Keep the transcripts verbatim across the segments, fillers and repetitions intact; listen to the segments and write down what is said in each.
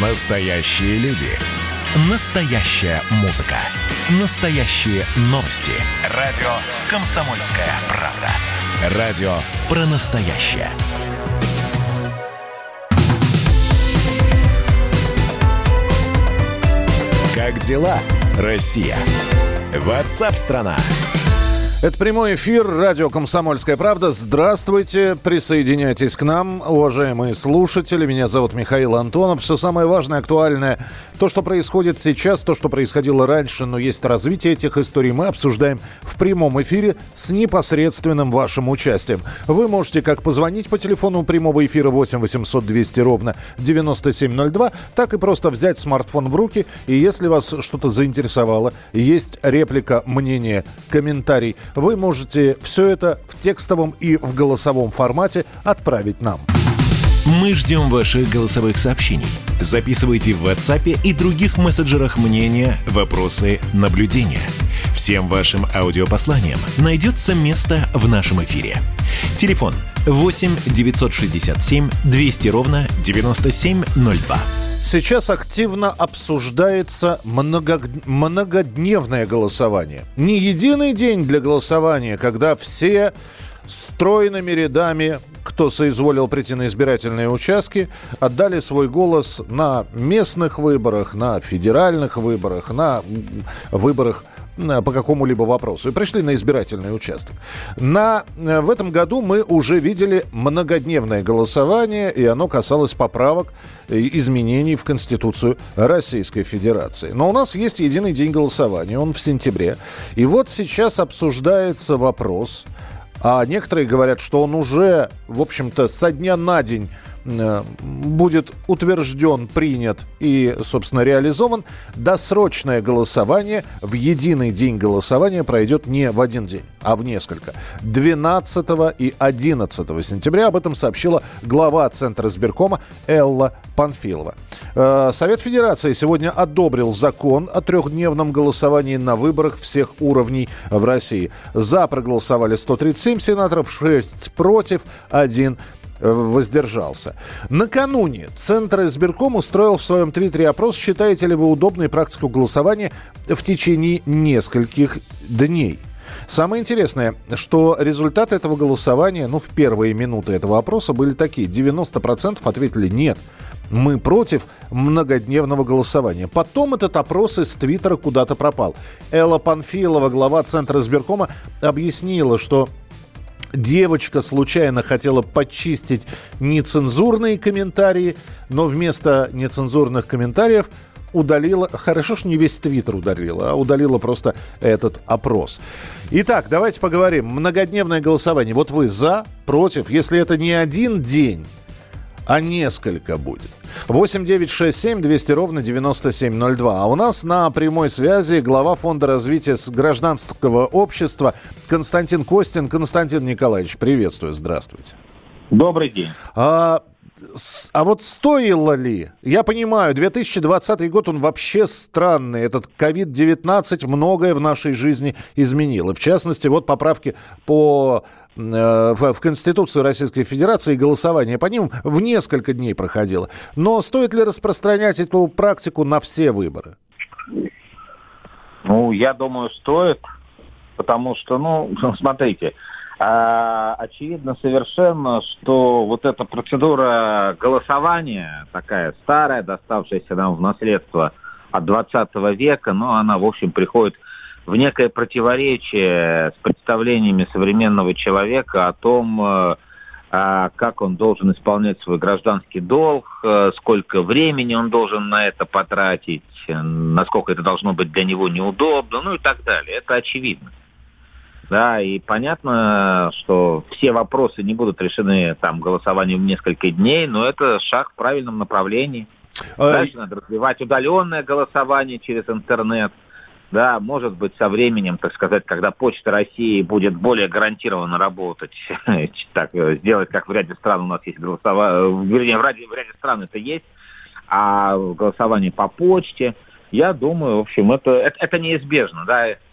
Настоящие люди. Настоящая музыка. Настоящие новости. Радио «Комсомольская правда». Радио про настоящее. Как дела, Россия? Ватсап-страна! Это прямой эфир, радио «Комсомольская правда». Здравствуйте, присоединяйтесь к нам, уважаемые слушатели. Меня зовут Михаил Антонов. Все самое важное, актуальное, то, что происходит сейчас, то, что происходило раньше, но есть развитие этих историй, мы обсуждаем в прямом эфире с непосредственным вашим участием. Вы можете как позвонить по телефону прямого эфира восемь восемьсот двести ровно девяносто семь ноль два, так и просто взять смартфон в руки. И если вас что-то заинтересовало, есть реплика, мнение, комментарий, вы можете все это в текстовом и в голосовом формате отправить нам. Мы ждем ваших голосовых сообщений. Записывайте в WhatsApp и других мессенджерах мнения, вопросы, наблюдения. Всем вашим аудиопосланиям найдется место в нашем эфире. Телефон восемь девятьсот шестьдесят семь двести ровно девяносто семь ноль два. Сейчас активно обсуждается много... многодневное голосование. Не единый день для голосования, когда все стройными рядами, кто соизволил прийти на избирательные участки, отдали свой голос на местных выборах, на федеральных выборах, на выборах по какому-либо вопросу и пришли на избирательный участок. На, в этом году мы уже видели многодневное голосование, и оно касалось поправок, изменений в Конституцию Российской Федерации. Но у нас есть единый день голосования, он в сентябре. И вот сейчас обсуждается вопрос, а некоторые говорят, что он уже, в общем-то, со дня на день будет утвержден, принят и, собственно, реализован. Досрочное голосование в единый день голосования пройдет не в один день, а в несколько. двенадцатого и одиннадцатого сентября об этом сообщила глава Центра избиркома Элла Панфилова. Совет Федерации сегодня одобрил закон о трехдневном голосовании на выборах всех уровней в России. За проголосовали сто тридцать семь сенаторов, шесть против, один воздержался. Накануне Центр избирком устроил в своем твиттере опрос, считаете ли вы удобной практику голосования в течение нескольких дней. Самое интересное, что результаты этого голосования, ну, в первые минуты этого опроса были такие. девяносто процентов ответили «нет». Мы против многодневного голосования. Потом этот опрос из Твиттера куда-то пропал. Элла Панфилова, глава Центра избиркома, объяснила, что девочка случайно хотела почистить нецензурные комментарии, но вместо нецензурных комментариев удалила... Хорошо, что не весь Твиттер удалила, а удалила просто этот опрос. Итак, давайте поговорим. Многодневное голосование. Вот вы за, против? Если это не один день, а несколько будет. восемь девятьсот шестьдесят семь двести ровно девяносто семь ноль два. А у нас на прямой связи глава Фонда развития гражданского общества Константин Костин. Константин Николаевич, приветствую, здравствуйте. Добрый день. А, а вот стоило ли? Я понимаю, две тысячи двадцатый год, он вообще странный. Этот ковид девятнадцать многое в нашей жизни изменил. И в частности, вот поправки по... в Конституцию Российской Федерации, голосование по ним в несколько дней проходило. Но стоит ли распространять эту практику на все выборы? Ну, я думаю, стоит, потому что, ну, смотрите, а, очевидно совершенно, что вот эта процедура голосования, такая старая, доставшаяся нам в наследство от двадцатого века, ну, она, в общем, приходит в некое противоречие с представлениями современного человека о том, как он должен исполнять свой гражданский долг, сколько времени он должен на это потратить, насколько это должно быть для него неудобно, ну и так далее. Это очевидно. Да, и понятно, что все вопросы не будут решены там голосованием в несколько дней, но это шаг в правильном направлении. Дальше надо развивать удаленное голосование через интернет. Да, может быть, со временем, так сказать, когда Почта России будет более гарантированно работать, так, сделать, как в ряде стран у нас есть голосование, вернее, в ряде, в ряде стран это есть, а голосование по почте, я думаю, в общем, это, это, это неизбежно, да.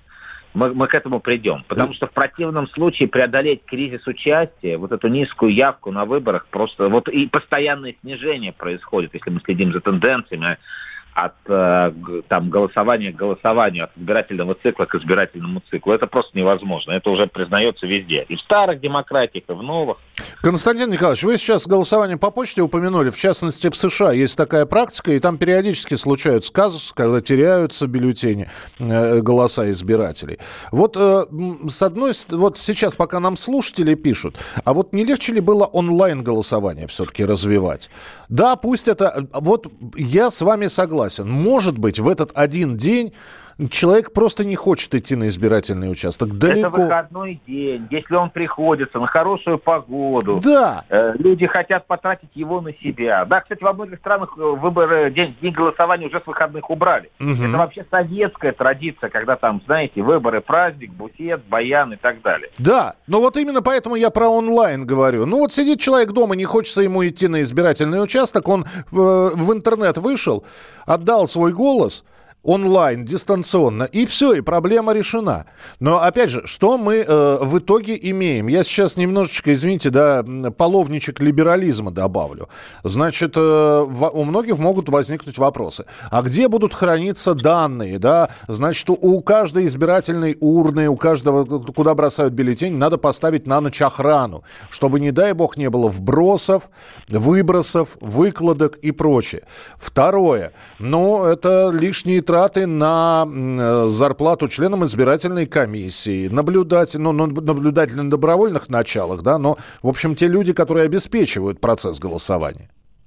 мы, мы к этому придем. Потому что в противном случае преодолеть кризис участия, вот эту низкую явку на выборах, просто вот и постоянное снижение происходит, если мы следим за тенденциями от там, голосования к голосованию, от избирательного цикла к избирательному циклу. Это просто невозможно. Это уже признается везде. И в старых демократиях, и в новых. Константин Николаевич, вы сейчас голосование по почте упомянули. В частности, в США есть такая практика, и там периодически случаются казусы, когда теряются бюллетени, э, голоса избирателей. Вот э, с одной стороны, вот сейчас, пока нам слушатели пишут, а вот не легче ли было онлайн-голосование все-таки развивать? Да, пусть это... Вот я с вами согласен. Может быть, в этот один день человек просто не хочет идти на избирательный участок. Далеко. Это выходной день. Если он приходится на хорошую погоду, да. э, люди хотят потратить его на себя. Да, кстати, во многих странах выборы, день, день голосования уже с выходных убрали. Угу. Это вообще советская традиция, когда там, знаете, выборы, праздник, букет, баян и так далее. Да, но вот именно поэтому я про онлайн говорю. Ну вот сидит человек дома, не хочется ему идти на избирательный участок, он э, в интернет вышел, отдал свой голос онлайн, дистанционно, и все, и проблема решена. Но, опять же, что мы э, в итоге имеем? Я сейчас немножечко, извините, да, половничек либерализма добавлю. Значит, э, в, у многих могут возникнуть вопросы. А где будут храниться данные, да? Значит, у каждой избирательной урны, у каждого, куда бросают бюллетень, надо поставить на ночь охрану, чтобы, не дай бог, не было вбросов, выбросов, выкладок и прочее. Второе. Ну, это лишние траты на э, зарплату членам избирательной комиссии, наблюдать, ну, наблюдатель на добровольных началах, да, но, в общем, те люди, которые обеспечивают процесс голосования.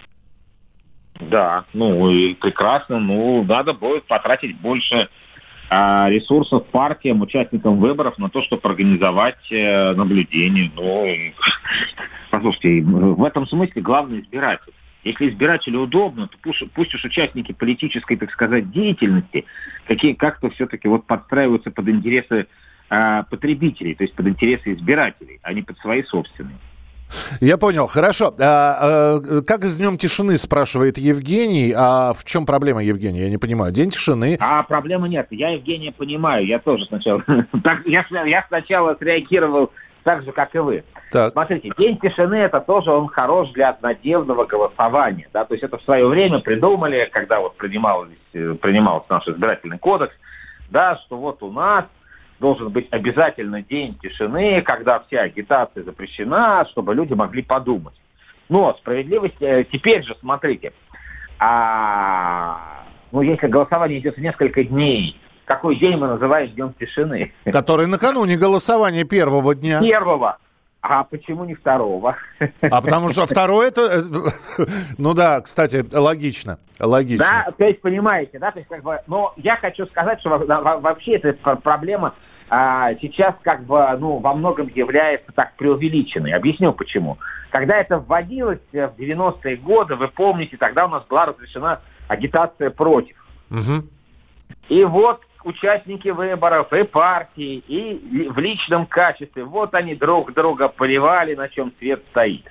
Да, ну и прекрасно, ну, надо будет потратить больше э, ресурсов партиям, участникам выборов на то, чтобы организовать э, наблюдение. Ну, послушайте, в этом смысле главный избиратель. Если избирателю удобно, то пусть, пусть уж участники политической, так сказать, деятельности какие, как-то все-таки вот подстраиваются под интересы э, потребителей, то есть под интересы избирателей, а не под свои собственные. Я понял, хорошо. А, а, как с Днем тишины, спрашивает Евгений. А в чем проблема, Евгений? Я не понимаю. День тишины. А проблемы нет. Я Евгения понимаю. Я тоже сначала... Я сначала среагировал так же, как и вы. Так. Смотрите, День тишины, это тоже он хорош для однодневного голосования. Да? То есть это в свое время придумали, когда вот принимался, принимался наш избирательный кодекс, да, что вот у нас должен быть обязательно день тишины, когда вся агитация запрещена, чтобы люди могли подумать. Но справедливость, теперь же, смотрите, а, ну если голосование идет в несколько дней, какой день мы называем Днем тишины? Который накануне голосования первого дня. Первого. А почему не второго? А потому что второй это... Ну да, кстати, логично. Логично. Да, то есть, понимаете, да, то есть, как бы... Но я хочу сказать, что вообще эта проблема а, сейчас как бы, ну, во многом является так преувеличенной. Объясню почему. Когда это вводилось в девяностые годы, вы помните, тогда у нас была разрешена агитация против. Угу. И вот участники выборов и партии, и в личном качестве, вот они друг друга поливали, на чем свет стоит.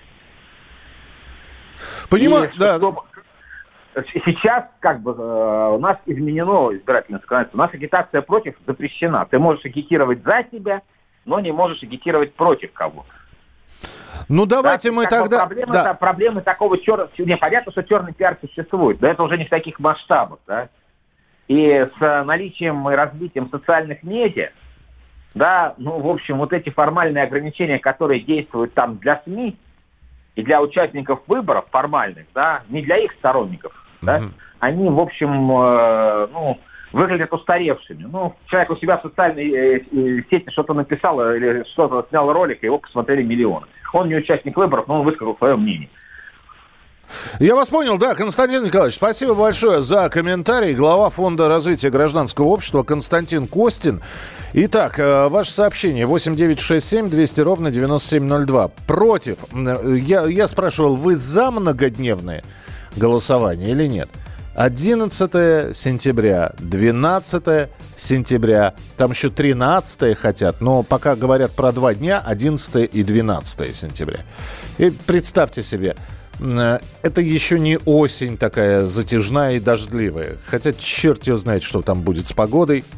Понимаю, и, да. Чтобы... Сейчас как бы у нас изменено избирательное законодательство. У нас агитация против запрещена. Ты можешь агитировать за себя, но не можешь агитировать против кого-то. Ну давайте да, мы тогда... Проблемы, да. да, проблемы такого черного... Не, понятно, что черный пиар существует, но это уже не в таких масштабах, да. И с наличием и развитием социальных медиа, да, ну, в общем, вот эти формальные ограничения, которые действуют там для СМИ и для участников выборов формальных, да, не для их сторонников, mm-hmm. да, они, в общем, э, ну, выглядят устаревшими. Ну, человек у себя в социальной э, сети что-то написал или что-то снял ролик, и его посмотрели миллионы. Он не участник выборов, но он высказал свое мнение. Я вас понял, да, Константин Николаевич, спасибо большое за комментарий. Глава Фонда развития гражданского общества Константин Костин. Итак, ваше сообщение восемь девятьсот шестьдесят семь двести ровно девяносто семь ноль два. Против. Я, я спрашивал, вы за многодневное голосование или нет? одиннадцатое сентября, двенадцатое сентября, там еще тринадцатое хотят, но пока говорят про два дня, одиннадцатое и двенадцатое сентября. И представьте себе, это еще не осень такая затяжная и дождливая. Хотя черт его знает, что там будет с погодой.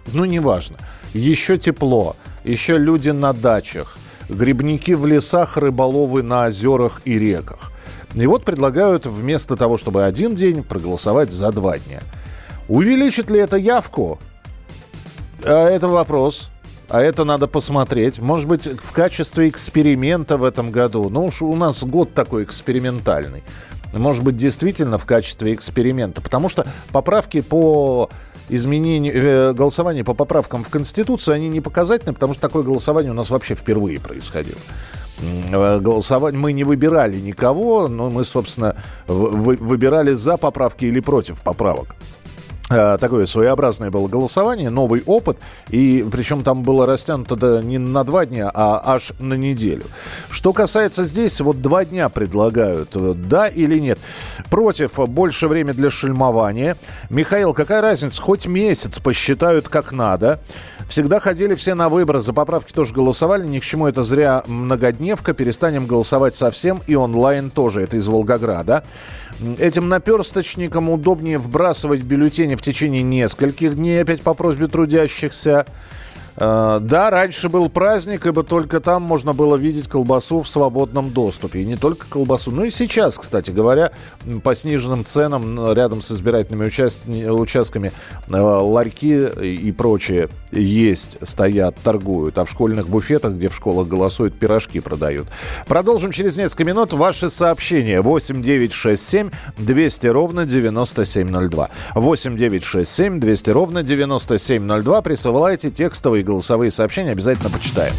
ну, неважно. Еще тепло, еще люди на дачах, грибники в лесах, рыболовы на озерах и реках. И вот предлагают вместо того, чтобы один день, проголосовать за два дня. Увеличит ли это явку? А это вопрос. А это надо посмотреть. Может быть, в качестве эксперимента в этом году. Ну уж у нас год такой экспериментальный. Может быть, действительно в качестве эксперимента. Потому что поправки по изменению, э, голосование по поправкам в Конституцию, они не показательны, потому что такое голосование у нас вообще впервые происходило. Голосование мы не выбирали никого, но мы, собственно, вы, выбирали за поправки или против поправок. Такое своеобразное было голосование, новый опыт, и причем там было растянуто да, не на два дня, а аж на неделю. Что касается здесь, вот два дня предлагают, да или нет. Против больше времени для шельмования. Михаил, какая разница, хоть месяц посчитают как надо. Всегда ходили все на выборы, за поправки тоже голосовали, ни к чему это зря многодневка, перестанем голосовать совсем и онлайн тоже, это из Волгограда. Этим наперсточникам удобнее вбрасывать бюллетени в течение нескольких дней, опять по просьбе трудящихся. Э, да, раньше был праздник, ибо только там можно было видеть колбасу в свободном доступе. И не только колбасу, но и сейчас, кстати говоря, по сниженным ценам рядом с избирательными участ- участками э, ларьки и прочее есть, стоят, торгуют. А в школьных буфетах, где в школах голосуют, пирожки продают. Продолжим через несколько минут. Ваши сообщения. восемь девятьсот шестьдесят семь двести ровно девяносто семь ноль два. восемь девятьсот шестьдесят семь двести ровно девяносто семь ноль два. Присылайте текстовые голосовые сообщения. Обязательно почитаем.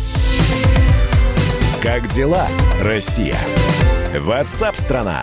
Как дела, Россия? WhatsApp-страна.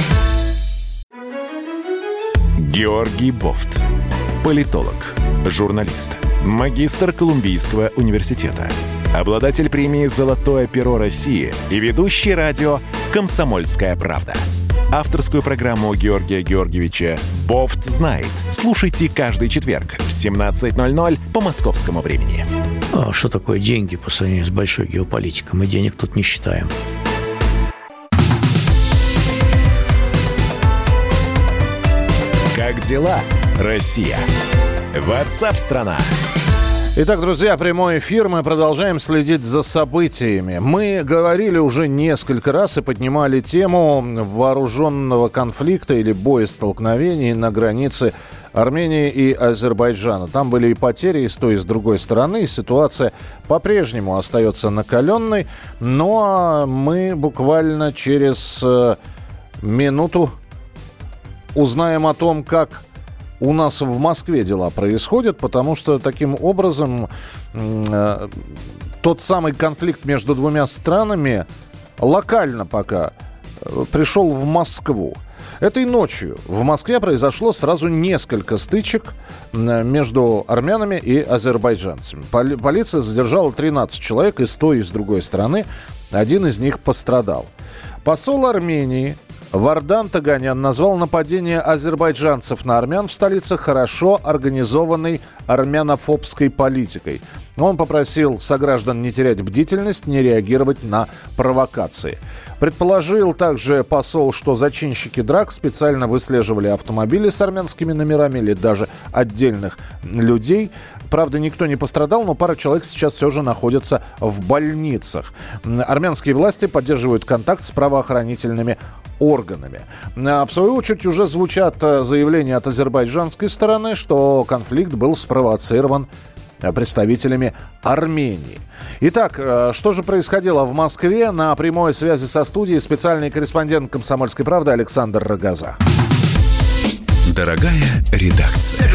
Георгий Бофт. Политолог, журналист, магистр Колумбийского университета, обладатель премии «Золотое перо России» и ведущий радио «Комсомольская правда». Авторскую программу Георгия Георгиевича «Бофт знает». Слушайте каждый четверг в семнадцать ноль ноль по московскому времени. А что такое деньги по сравнению с большой геополитикой? Мы денег тут не считаем. Как дела, Россия? WhatsApp-страна. Итак, друзья, прямой эфир. Мы продолжаем следить за событиями. Мы говорили уже несколько раз и поднимали тему вооруженного конфликта или боестолкновений на границе Армении и Азербайджана. Там были и потери и с той, и с другой стороны. И ситуация по-прежнему остается накаленной. Но мы буквально через э, минуту узнаем о том, как у нас в Москве дела происходят, потому что таким образом э, тот самый конфликт между двумя странами локально пока э, пришел в Москву. Этой ночью в Москве произошло сразу несколько стычек между армянами и азербайджанцами. Поли- полиция задержала тринадцать человек и с той, и с другой стороны. Один из них пострадал. Посол Армении Вардан Таганян назвал нападение азербайджанцев на армян в столице хорошо организованной армянофобской политикой. Он попросил сограждан не терять бдительность, не реагировать на провокации. Предположил также посол, что зачинщики драк специально выслеживали автомобили с армянскими номерами или даже отдельных людей. Правда, никто не пострадал, но пара человек сейчас все же находятся в больницах. Армянские власти поддерживают контакт с правоохранительными органами. В свою очередь уже звучат заявления от азербайджанской стороны, что конфликт был спровоцирован представителями Армении. Итак, что же происходило в Москве? На прямой связи со студией специальный корреспондент «Комсомольской правды» Александр Рогоза. Дорогая редакция.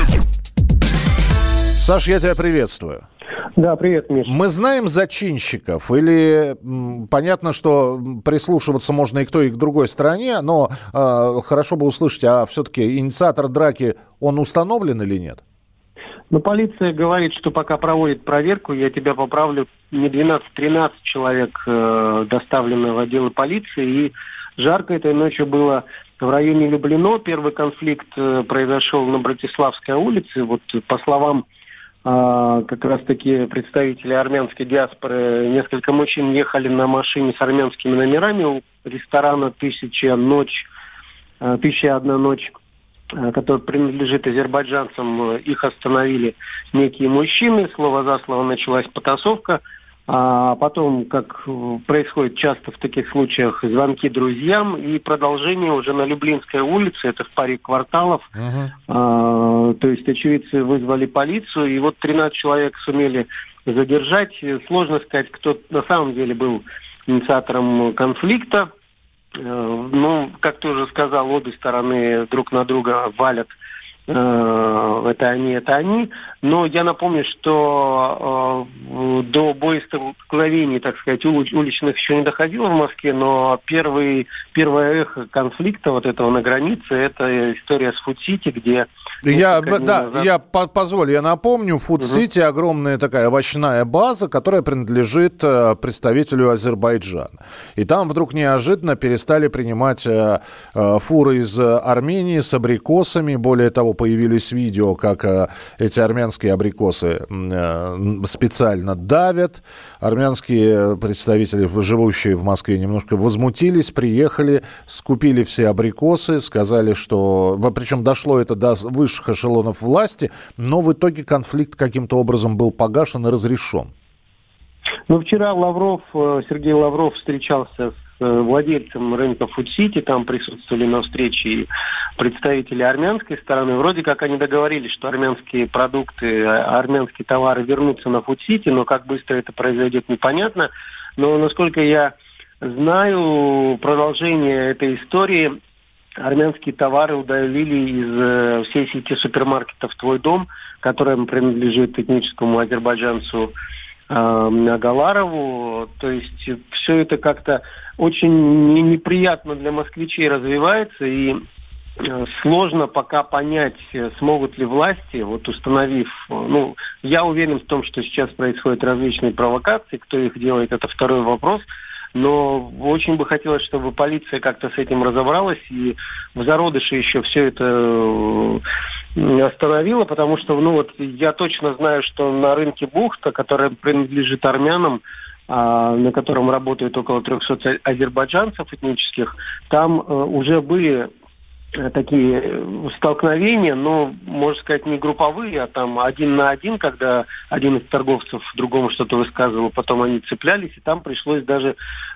Саш, я тебя приветствую. Да, привет, Миша. Мы знаем зачинщиков или м, понятно, что прислушиваться можно и к той, и к другой стороне, но э, хорошо бы услышать, а все-таки инициатор драки, он установлен или нет? Ну, полиция говорит, что пока проводит проверку, я тебя поправлю, не двенадцать-тринадцать человек э, доставлено в отделы полиции, и жарко этой ночью было в районе Люблино. Первый конфликт э, произошел на Братиславской улице. Вот по словам э, как раз-таки представителей армянской диаспоры, несколько мужчин ехали на машине с армянскими номерами у ресторана «Тысяча ночь», э, «Тысяча одна ночь». который принадлежит азербайджанцам, их остановили некие мужчины, слово за слово началась потасовка. А потом, как происходит часто в таких случаях, звонки друзьям и продолжение уже на Люблинской улице, это в паре кварталов. Uh-huh. А, то есть очевидцы вызвали полицию, и вот тринадцать человек сумели задержать. Сложно сказать, кто на самом деле был инициатором конфликта. Ну, как ты уже сказал, обе стороны друг на друга валят. Это они, это они. Но я напомню, что э, до боестолкновений, так сказать, ули- уличных еще не доходило в Москве, но первый, первое эхо конфликта вот этого на границе, это история с Фуд-Сити, где... Я, да, назад... я по- позволю, я напомню, Фуд-Сити, угу. огромная такая овощная база, которая принадлежит э, представителю Азербайджана. И там вдруг неожиданно перестали принимать э, э, фуры из Армении с абрикосами. Более того, появились видео, как э, эти армянские абрикосы э, специально давят. Армянские представители, живущие в Москве, немножко возмутились, приехали, скупили все абрикосы, сказали, что... Причем дошло это до высших эшелонов власти, но в итоге конфликт каким-то образом был погашен и разрешен. Ну, вчера Лавров, Сергей Лавров встречался с владельцем рынка Фуд-Сити, там присутствовали на встрече представители армянской стороны. Вроде как они договорились, что армянские продукты, армянские товары вернутся на Фуд-Сити, но как быстро это произойдет, непонятно. Но, насколько я знаю, продолжение этой истории, армянские товары удалили из всей сети супермаркетов «Твой дом», которая принадлежит этническому азербайджанцу Агаларову. То есть все это как-то очень неприятно для москвичей развивается, и сложно пока понять, смогут ли власти, вот установив... Ну, я уверен в том, что сейчас происходят различные провокации, кто их делает, это второй вопрос. Но очень бы хотелось, чтобы полиция как-то с этим разобралась и в зародыше еще все это остановила, потому что, ну вот, я точно знаю, что на рынке Бухта, которая принадлежит армянам, а, на котором работает около трехсот азербайджанцев этнических, там а, уже были такие столкновения, но, можно сказать, не групповые, а там один на один, когда один из торговцев другому что-то высказывал, потом они цеплялись, и там пришлось даже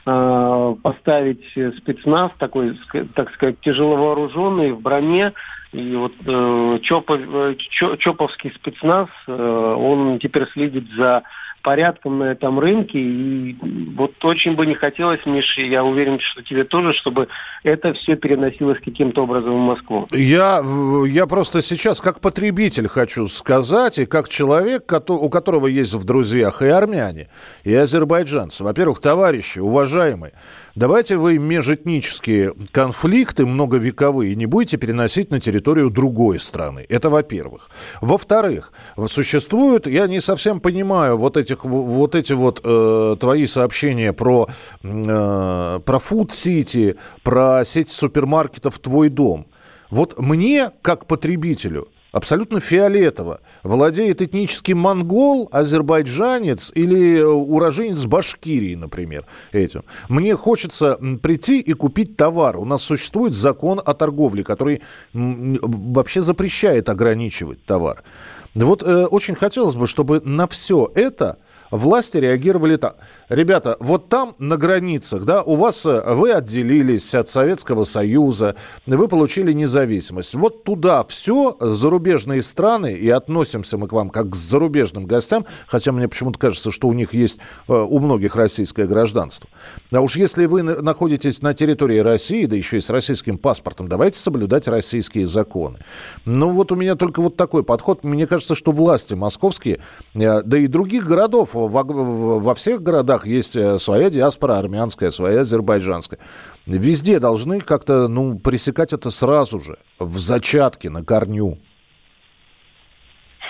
э, поставить спецназ, такой, так сказать, тяжеловооруженный, в броне. И вот э, Чопов, э, Чоповский спецназ, э, он теперь следит за порядком на этом рынке. И вот очень бы не хотелось, Миша, я уверен, что тебе тоже, чтобы это все переносилось каким-то образом в Москву. Я, я просто сейчас как потребитель хочу сказать, и как человек, у которого есть в друзьях и армяне, и азербайджанцы. Во-первых, товарищи, уважаемые, давайте вы межэтнические конфликты многовековые не будете переносить на территорию другой страны. Это во-первых. Во-вторых, существуют, я не совсем понимаю вот, этих, вот эти вот э, твои сообщения про, э, про Фуд-Сити, про сеть супермаркетов «Твой дом». Вот мне, как потребителю, абсолютно фиолетово, владеет этнический монгол, азербайджанец или уроженец Башкирии, например, этим. Мне хочется прийти и купить товар. У нас существует закон о торговле, который вообще запрещает ограничивать товар. Вот э, очень хотелось бы, чтобы на все это власти реагировали так. Ребята, вот там на границах, да, у вас, вы отделились от Советского Союза, вы получили независимость. Вот туда все, зарубежные страны, и относимся мы к вам как к зарубежным гостям, хотя мне почему-то кажется, что у них есть, у многих российское гражданство. А уж если вы находитесь на территории России, да еще и с российским паспортом, давайте соблюдать российские законы. Ну вот у меня только вот такой подход. Мне кажется, что власти московские, да и других городов, Во, во всех городах есть своя диаспора армянская, своя азербайджанская. Везде должны как-то, ну, пресекать это сразу же, в зачатке, на корню.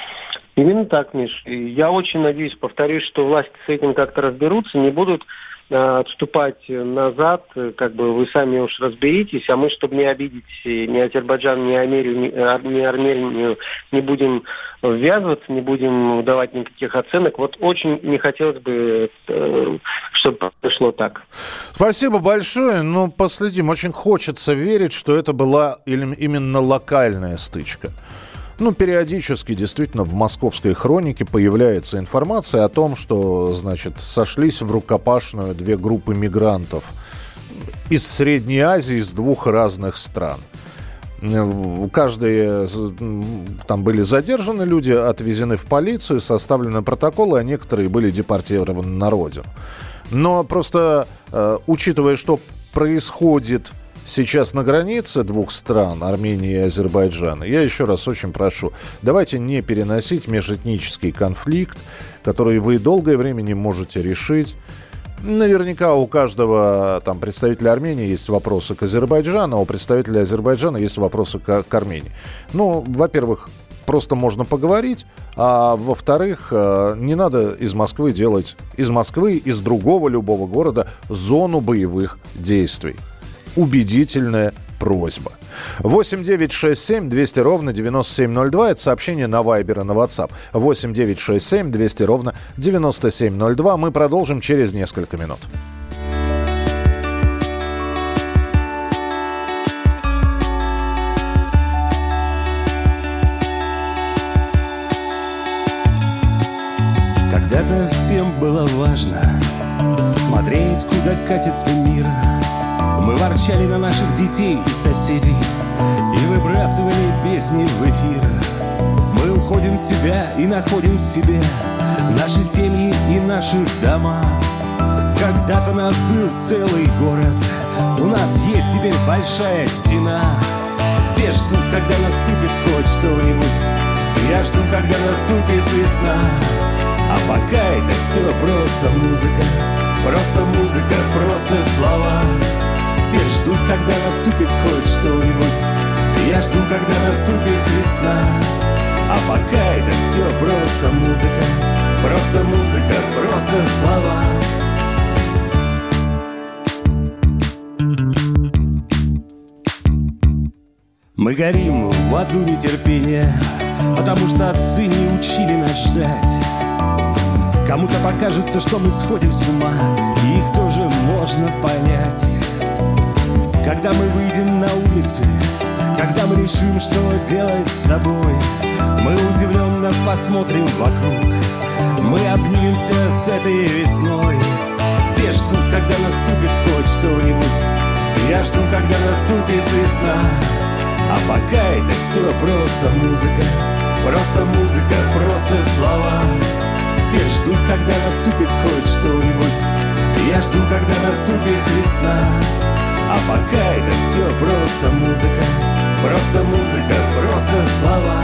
Именно так, Миш. Я очень надеюсь, повторюсь, что власти с этим как-то разберутся, не будут отступать назад, как бы вы сами уж разберитесь, а мы, чтобы не обидеть ни Азербайджан, ни Армению, ни, ни Армению, не будем ввязываться, не будем давать никаких оценок. Вот очень не хотелось бы, чтобы пришло так. Спасибо большое. Ну, последим. Очень хочется верить, что это была именно локальная стычка. Ну, периодически, действительно, в московской хронике появляется информация о том, что, значит, сошлись в рукопашную две группы мигрантов из Средней Азии, из двух разных стран. Каждые, там были задержаны люди, отвезены в полицию, составлены протоколы, а некоторые были депортированы на родину. Но просто, учитывая, что происходит сейчас на границе двух стран, Армении и Азербайджана, я еще раз очень прошу, давайте не переносить межэтнический конфликт, который вы долгое время не можете решить. Наверняка у каждого там представителя Армении есть вопросы к Азербайджану, а у представителя Азербайджана есть вопросы к, к Армении. Ну, во-первых, просто можно поговорить, а во-вторых, не надо из Москвы делать, из Москвы, из другого любого города зону боевых действий. Убедительная просьба. восемь девятьсот шестьдесят семь двести ровно девяносто семь ноль два. Это сообщение на Вайбер и на WhatsApp. восемь девятьсот шестьдесят семь двести ровно девяносто семь ноль два. Мы продолжим через несколько минут. Когда-то всем было важно смотреть, куда катится мир. Мы ворчали на наших детей и соседей и выбрасывали песни в эфир. Мы уходим в себя и находим в себе наши семьи и наши дома. Когда-то нас был целый город, у нас есть теперь большая стена. Все ждут, когда наступит хоть что-нибудь. Я жду, когда наступит весна. А пока это все просто музыка, просто музыка, просто слова. Все ждут, когда наступит хоть что-нибудь. Я жду, когда наступит весна. А пока это все просто музыка, просто музыка, просто слова. Мы горим в аду нетерпения, потому что отцы не учили нас ждать. Кому-то покажется, что мы сходим с ума, и их тоже можно понять. Когда мы выйдем на улицы, когда мы решим, что делать с собой, мы удивленно посмотрим вокруг, мы обнимемся с этой весной. Все ждут, когда наступит хоть что-нибудь. Я жду, когда наступит весна. А пока это все просто музыка, просто музыка, просто слова. Все ждут, когда наступит хоть что-нибудь. Я жду, когда наступит весна. А пока это все просто музыка, просто музыка, просто слова.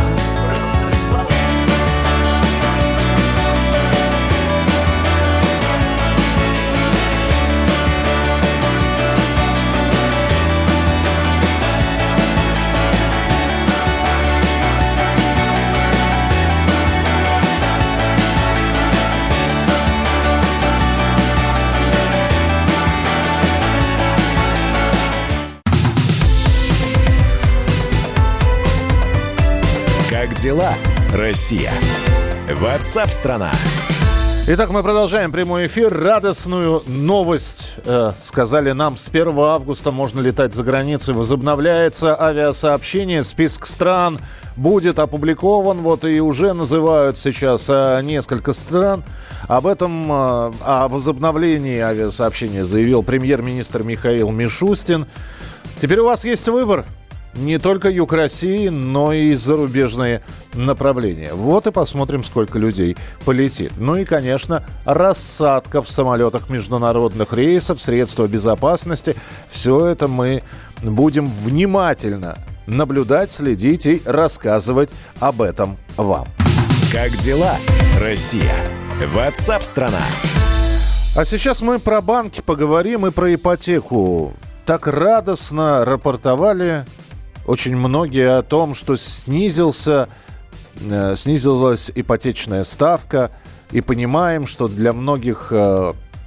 Как дела, Россия? WhatsApp-страна. Итак, мы продолжаем прямой эфир. Радостную новость э, сказали нам. С первого августа можно летать за границей. Возобновляется авиасообщение. Список стран будет опубликован. Вот и уже называют сейчас э, несколько стран. Об этом, э, о возобновлении авиасообщения заявил премьер-министр Михаил Мишустин. Теперь у вас есть выбор. Не только юг России, но и зарубежные направления. Вот и посмотрим, сколько людей полетит. Ну и, конечно, рассадка в самолетах международных рейсов, средства безопасности. Все это мы будем внимательно наблюдать, следить и рассказывать об этом вам. Как дела, Россия? WhatsApp-страна. А сейчас мы про банки поговорим и про ипотеку. Так радостно рапортовали очень многие о том, что снизился, э, снизилась ипотечная ставка, и понимаем, что для многих э,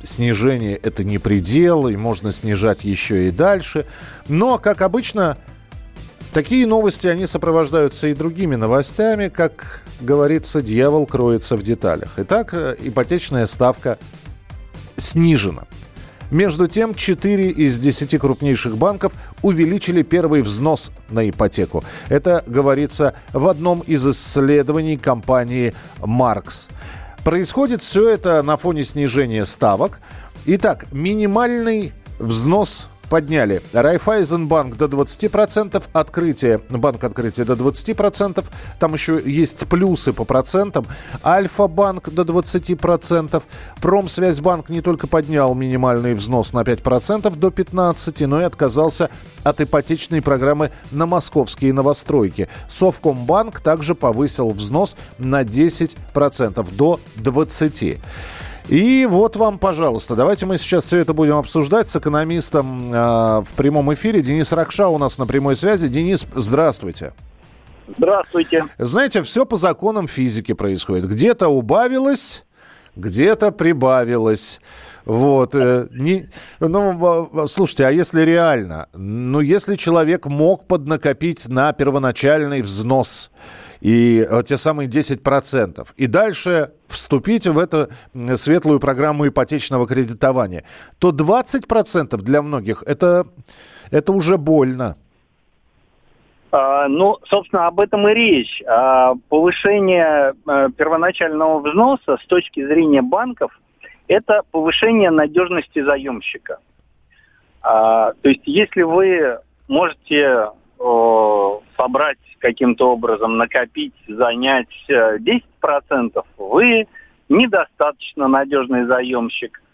снижение – это не предел, и можно снижать еще и дальше. Но, как обычно, такие новости, они сопровождаются и другими новостями. Как говорится, дьявол кроется в деталях. Итак, ипотечная ставка снижена. Между тем, четыре из десяти крупнейших банков увеличили первый взнос на ипотеку. Это говорится в одном из исследований компании «Маркс». Происходит все это на фоне снижения ставок. Итак, минимальный взнос подняли. Райффайзенбанк до двадцати процентов, Открытие, банк Открытия до двадцати процентов. Там еще есть плюсы по процентам. Альфа-банк до двадцати процентов. Промсвязьбанк не только поднял минимальный взнос на пять процентов до пятнадцати процентов, но и отказался от ипотечной программы на московские новостройки. Совкомбанк также повысил взнос на десять процентов до двадцати процентов. И вот вам, пожалуйста, давайте мы сейчас все это будем обсуждать с экономистом э, в прямом эфире. Денис Ракша у нас на прямой связи. Денис, здравствуйте. Здравствуйте. Знаете, все по законам физики происходит. Где-то убавилось, где-то прибавилось. Вот. Э, не, ну, слушайте, а если реально? Ну, если человек мог поднакопить на первоначальный взнос, и те самые десять процентов. И дальше вступить в эту светлую программу ипотечного кредитования, то двадцать процентов для многих это, это уже больно. А, ну, собственно, об этом и речь. А, повышение а, первоначального взноса с точки зрения банков – это повышение надежности заемщика. А, то есть, если вы можете о, собрать каким-то образом, накопить, занять десять процентов, вы недостаточно надежный заемщик.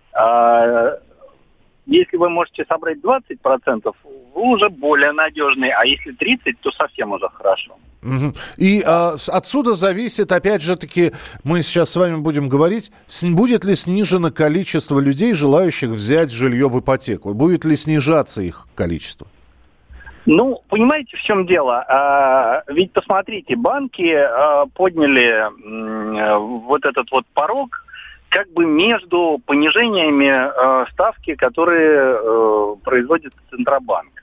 А если вы можете собрать двадцать процентов, вы уже более надежный, а если тридцать процентов, то совсем уже хорошо. И а, отсюда зависит, опять же таки, мы сейчас с вами будем говорить, будет ли снижено количество людей, желающих взять жилье в ипотеку, будет ли снижаться их количество? Ну, понимаете, в чем дело? А, ведь, посмотрите, банки а, подняли а, вот этот вот порог как бы между понижениями а, ставки, которые а, производит Центробанк.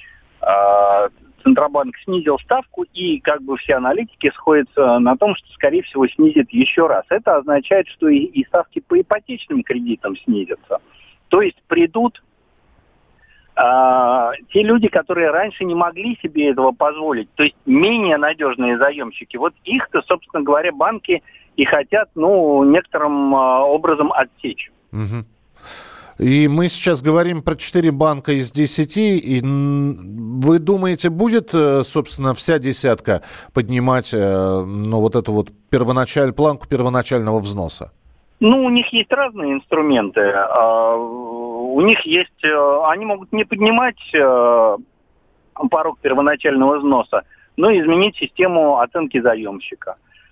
А, Центробанк снизил ставку, и как бы все аналитики сходятся на том, что, скорее всего, снизит еще раз. Это означает, что и, и ставки по ипотечным кредитам снизятся. То есть придут Uh, те люди, которые раньше не могли себе этого позволить, то есть менее надежные заемщики, вот их-то, собственно говоря, банки и хотят, ну, некоторым uh, образом отсечь. Угу. И мы сейчас говорим про четыре банка из десяти, и вы думаете, будет, собственно, вся десятка поднимать, ну, вот эту вот первоначаль, планку первоначального взноса? Ну, у них есть разные инструменты. У них есть... Они могут не поднимать порог первоначального взноса, но изменить систему оценки заемщика.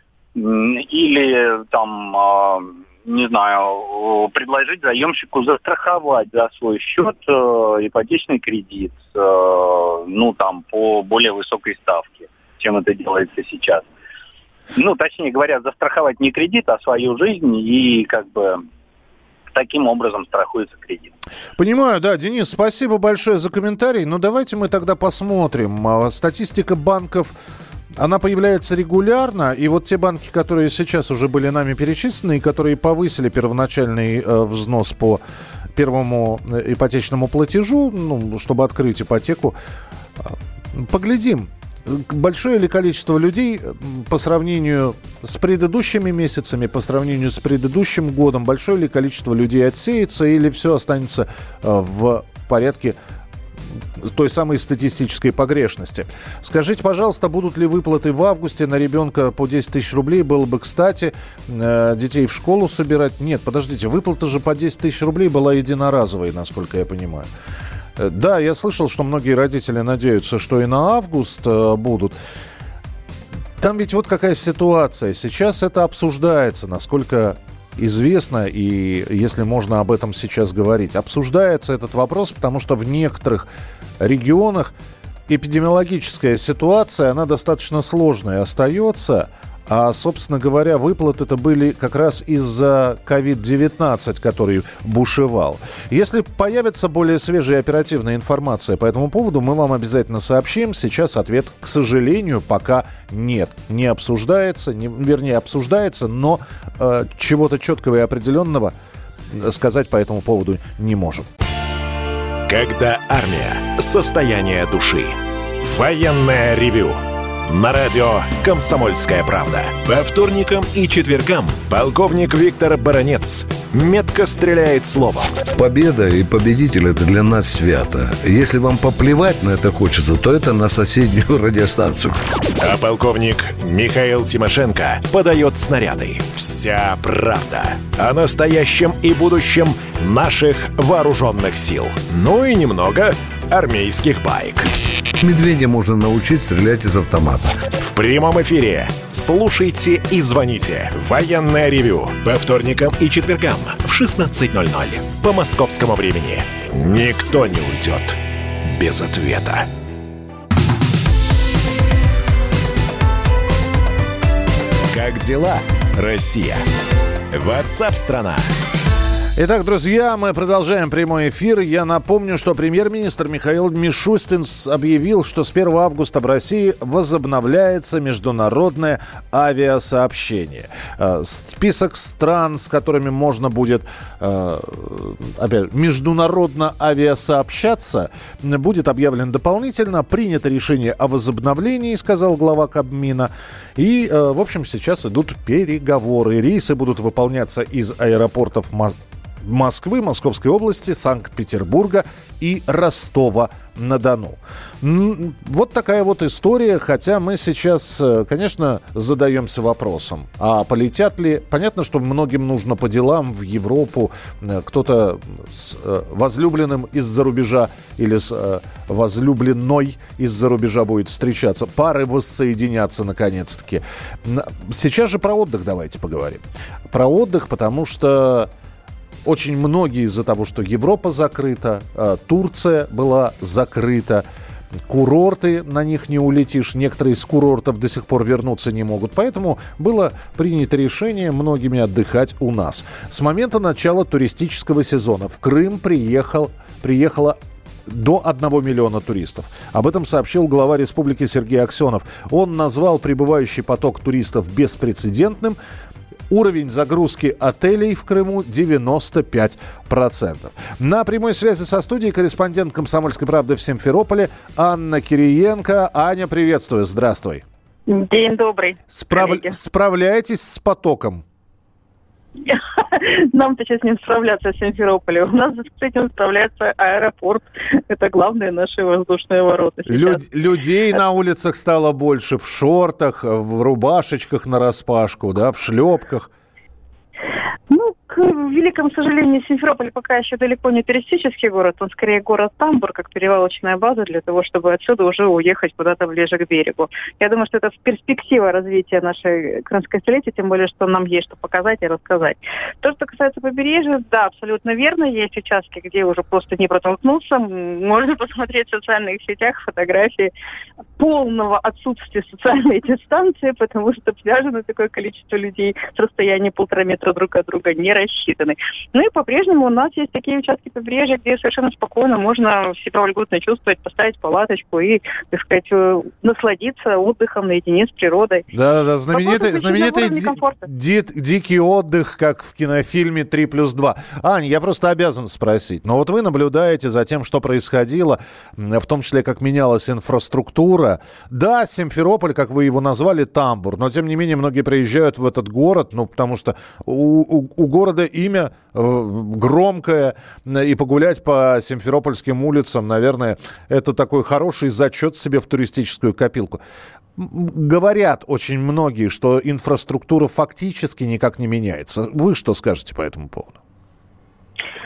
Или, там, не знаю, предложить заемщику застраховать за свой счет ипотечный кредит, ну, там, по более высокой ставке, чем это делается сейчас. Ну, точнее говоря, застраховать не кредит, а свою жизнь, и как бы таким образом страхуется кредит. Понимаю, да. Денис, спасибо большое за комментарий. Ну, давайте мы тогда посмотрим. Статистика банков, она появляется регулярно, и вот те банки, которые сейчас уже были нами перечислены, и которые повысили первоначальный э, взнос по первому ипотечному платежу, ну, чтобы открыть ипотеку, поглядим. Большое ли количество людей по сравнению с предыдущими месяцами, по сравнению с предыдущим годом, большое ли количество людей отсеется или все останется в порядке той самой статистической погрешности? Скажите, пожалуйста, будут ли выплаты в августе на ребенка по десять тысяч рублей? Было бы кстати детей в школу собирать. Нет, подождите, выплата же по десять тысяч рублей была единоразовой, насколько я понимаю. Да, я слышал, что многие родители надеются, что и на август э, будут. Там ведь вот какая ситуация. Сейчас это обсуждается, насколько известно, и если можно об этом сейчас говорить. Обсуждается этот вопрос, потому что в некоторых регионах эпидемиологическая ситуация, она достаточно сложная остается. А, собственно говоря, выплаты-то были как раз из-за ковид девятнадцать, который бушевал. Если появится более свежая и оперативная информация по этому поводу, мы вам обязательно сообщим. Сейчас ответ, к сожалению, пока нет. Не обсуждается, не, вернее, обсуждается, но э, чего-то четкого и определенного сказать по этому поводу не можем. Когда армия. Состояние души. Военное ревю. На радио «Комсомольская правда». По вторникам и четвергам полковник Виктор Баранец метко стреляет словом. Победа и победитель – это для нас свято. Если вам поплевать на это хочется, то это на соседнюю радиостанцию. А полковник Михаил Тимошенко подает снаряды. Вся правда о настоящем и будущем наших вооруженных сил. Ну и немного армейских баек. Медведя можно научить стрелять из автомата. В прямом эфире. Слушайте и звоните. Военное ревю. По вторникам и четвергам в шестнадцать ноль ноль. По московскому времени. Никто не уйдет без ответа. Как дела, Россия? WhatsApp-страна. Итак, друзья, мы продолжаем прямой эфир. Я напомню, что премьер-министр Михаил Мишустин объявил, что с первого августа в России возобновляется международное авиасообщение. Список стран, с которыми можно будет опять, международно авиасообщаться, будет объявлен дополнительно. Принято решение о возобновлении, сказал глава Кабмина. И, в общем, сейчас идут переговоры. Рейсы будут выполняться из аэропортов Москвы. Москвы, Московской области, Санкт-Петербурга и Ростова-на-Дону. Вот такая вот история, хотя мы сейчас, конечно, задаемся вопросом, а полетят ли... Понятно, что многим нужно по делам в Европу, кто-то с возлюбленным из-за рубежа или с возлюбленной из-за рубежа будет встречаться, пары воссоединятся наконец-таки. Сейчас же про отдых давайте поговорим. Про отдых, потому что очень многие из-за того, что Европа закрыта, Турция была закрыта, курорты, на них не улетишь, некоторые из курортов до сих пор вернуться не могут. Поэтому было принято решение многими отдыхать у нас. С момента начала туристического сезона в Крым приехал, приехало до одного миллиона туристов. Об этом сообщил глава республики Сергей Аксенов. Он назвал прибывающий поток туристов беспрецедентным. Уровень загрузки отелей в Крыму девяносто пять процентов. На прямой связи со студией корреспондент «Комсомольской правды» в Симферополе Анна Кириенко. Аня, приветствую, здравствуй. День добрый. Справ... Справляетесь с потоком? Нам-то сейчас не справляться в Симферополе. У нас с этим справляется аэропорт. Это главные наши воздушные ворота. Лю- людей на улицах стало больше в шортах, в рубашечках нараспашку, да, в шлепках. Ну, к великому сожалению, Симферополь пока еще далеко не туристический город. Он скорее город Тамбур, как перевалочная база для того, чтобы отсюда уже уехать куда-то ближе к берегу. Я думаю, что это перспектива развития нашей крымской столицы, тем более, что нам есть что показать и рассказать. То, что касается побережья, да, абсолютно верно. Есть участки, где уже просто не протолкнуться. Можно посмотреть в социальных сетях фотографии полного отсутствия социальной дистанции, потому что пляжи на такое количество людей с расстояния полтора метра друг от друга не рассчитаны. Ну и по-прежнему у нас есть такие участки побережья, где совершенно спокойно можно себя вольготно чувствовать, поставить палаточку и, так сказать, насладиться отдыхом наедине с природой. Да-да-да, знаменитый, знаменитый ди- ди- дикий отдых, как в кинофильме «три плюс два». Ань, я просто обязан спросить. Но вот вы наблюдаете за тем, что происходило, в том числе, как менялась инфраструктура. Да, Симферополь, как вы его назвали, Тамбур, но, тем не менее, многие приезжают в этот город, ну, потому что у, у, у города имя громкое, и погулять по симферопольским улицам, наверное, это такой хороший зачет себе в туристическую копилку. Говорят очень многие, что инфраструктура фактически никак не меняется. Вы что скажете по этому поводу?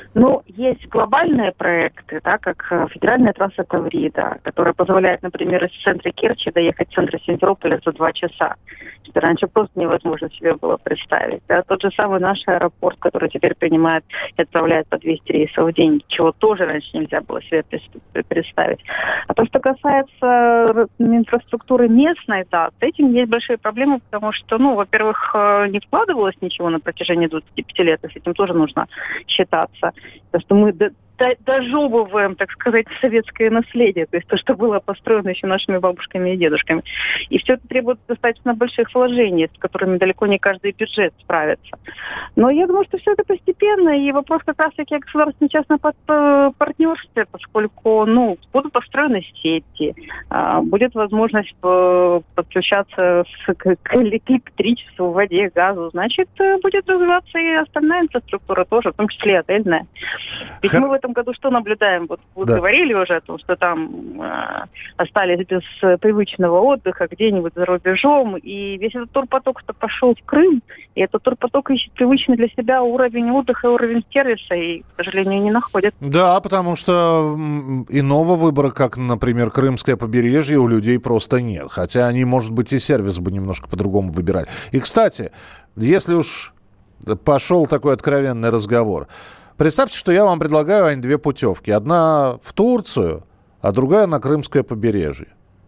Ну, есть глобальные проекты, да, как федеральная трасса Таврида, которая позволяет, например, из центра Керчи доехать в центр Симферополя за два часа, что раньше просто невозможно себе было представить. Да. Тот же самый наш аэропорт, который теперь принимает и отправляет по двести рейсов в день, чего тоже раньше нельзя было себе представить. А то, что касается инфраструктуры местной, да, с этим есть большие проблемы, потому что, ну, во-первых, не вкладывалось ничего на протяжении двадцати пяти лет, и с этим тоже нужно считаться. Потому что мы до, до, дожевываем, так сказать, советское наследие, то есть то, что было построено еще нашими бабушками и дедушками. И все это требует достаточно больших вложений, с которыми далеко не каждый бюджет справится. Но я думаю, что все это постепенно, и вопрос как раз-таки о государственно-частном партнерстве, поскольку, ну, будут построены сети, будет возможность подключаться с, к, к электричеству, воде, газу, значит, будет развиваться и остальная инфраструктура тоже, в том числе и отельная. Ведь Хар... мы в этом году что наблюдаем? Вот вы да. говорили уже о том, что там э, остались без привычного отдыха где-нибудь за рубежом, и весь этот турпоток-то пошел в Крым, и этот турпоток ищет привычный для себя уровень отдыха и уровень сервиса, и, к сожалению, не находит. Да, потому что иного выбора, как, например, Крымское побережье, у людей просто нет. Хотя они, может быть, и сервис бы немножко по-другому выбирали. И, кстати, если уж пошел такой откровенный разговор, представьте, что я вам предлагаю, Ань, две путевки. Одна в Турцию, а другая на Крымское побережье.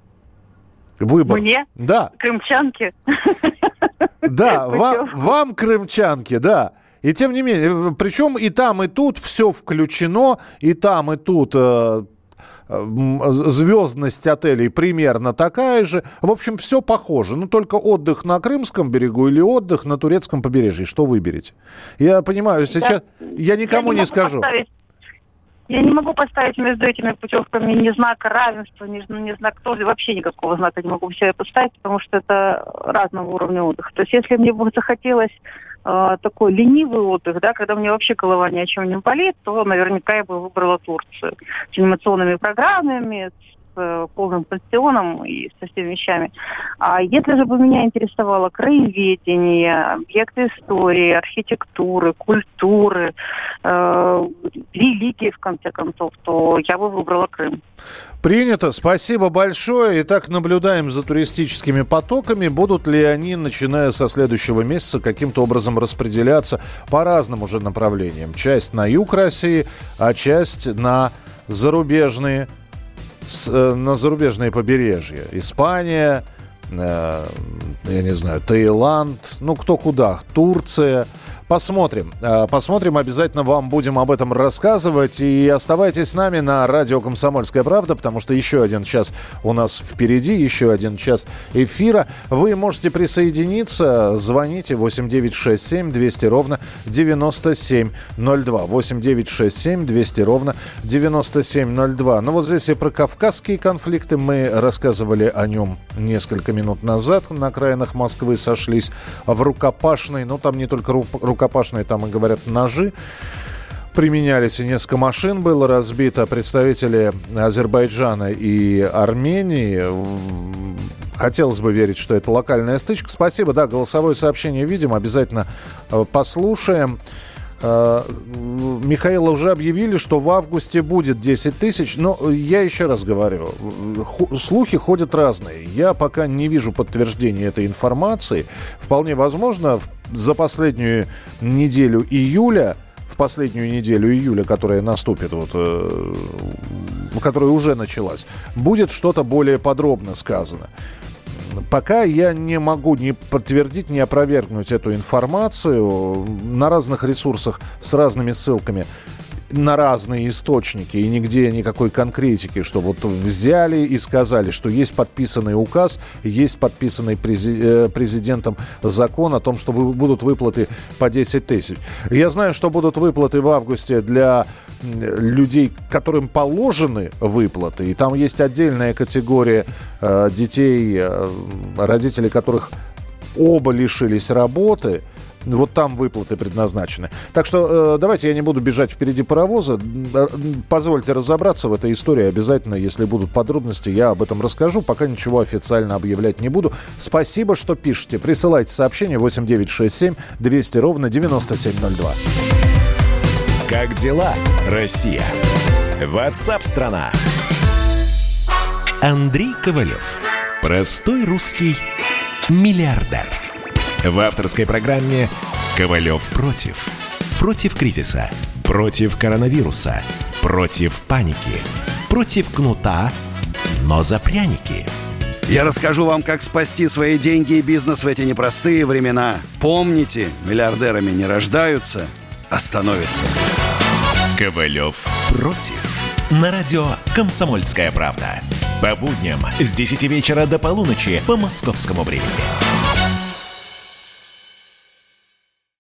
Выбор. Мне? Да. Крымчанки? Да, вам, вам, крымчанки, да. И тем не менее, причем и там, и тут все включено, и там, и тут э, звездность отелей примерно такая же. В общем, все похоже. Ну, только отдых на Крымском берегу или отдых на турецком побережье. Что выберете? Я понимаю, сейчас да. я никому я не, не скажу. Поставить. Я не могу поставить между этими путевками ни знака равенства, ни, ни знак тоже, вообще никакого знака не могу себе поставить, потому что это разного уровня отдыха. То есть если мне бы захотелось э, такой ленивый отдых, да, когда мне вообще голова ни о чем не болит, то наверняка я бы выбрала Турцию с анимационными программами, с полным пансионом и со всеми вещами. А если же бы меня интересовало краеведение, объекты истории, архитектуры, культуры, э, религии, в конце концов, то я бы выбрала Крым. Принято. Спасибо большое. Итак, наблюдаем за туристическими потоками. Будут ли они, начиная со следующего месяца, каким-то образом распределяться по разным уже направлениям? Часть на юг России, а часть на зарубежные С, э, на зарубежные побережья. Испания, э, я не знаю, Таиланд, ну кто куда, Турция. Посмотрим. Э, посмотрим, обязательно вам будем об этом рассказывать. И оставайтесь с нами на радио «Комсомольская правда», потому что еще один час у нас впереди, еще один час эфира. Вы можете присоединиться, звоните восемь девятьсот шестьдесят семь двести ровно девяносто семь ноль два. восемь девятьсот шестьдесят семь двести ровно девяносто семь ноль два. Ну вот здесь и про кавказские конфликты. Мы рассказывали о нем несколько минут назад. На окраинах Москвы сошлись в рукопашной. Но там не только рукопашной. Рукопашные, там, и говорят, ножи применялись, и несколько машин было разбито. Представители Азербайджана и Армении. Хотелось бы верить, что это локальная стычка. Спасибо, да, голосовое сообщение видим, обязательно послушаем. Михаила уже объявили, что в августе будет десять тысяч. Но я еще раз говорю, слухи ходят разные. Я пока не вижу подтверждения этой информации. Вполне возможно, за последнюю неделю июля, в последнюю неделю июля, которая наступит, вот, э, которая уже началась, будет что-то более подробно сказано. Пока я не могу ни подтвердить, ни опровергнуть эту информацию. На разных ресурсах с разными ссылками на разные источники, и нигде никакой конкретики, что вот взяли и сказали, что есть подписанный указ, есть подписанный президентом закон о том, что будут выплаты по десять тысяч. Я знаю, что будут выплаты в августе для людей, которым положены выплаты, и там есть отдельная категория э, детей, э, родители которых оба лишились работы. Вот там выплаты предназначены. Так что э, давайте я не буду бежать впереди паровоза. Позвольте разобраться в этой истории. Обязательно, если будут подробности, я об этом расскажу. Пока ничего официально объявлять не буду. Спасибо, что пишете. Присылайте сообщение восемь девятьсот шестьдесят семь двести ровно девяносто семь ноль два. Как дела, Россия? Ватсап-страна! Андрей Ковалев. Простой русский миллиардер. В авторской программе «Ковалев против». Против кризиса, против коронавируса, против паники, против кнута, но за пряники. Я расскажу вам, как спасти свои деньги и бизнес в эти непростые времена. Помните, миллиардерами не рождаются, а становятся. Ковалев против. На радио «Комсомольская правда». По будням с десяти вечера до полуночи по московскому времени.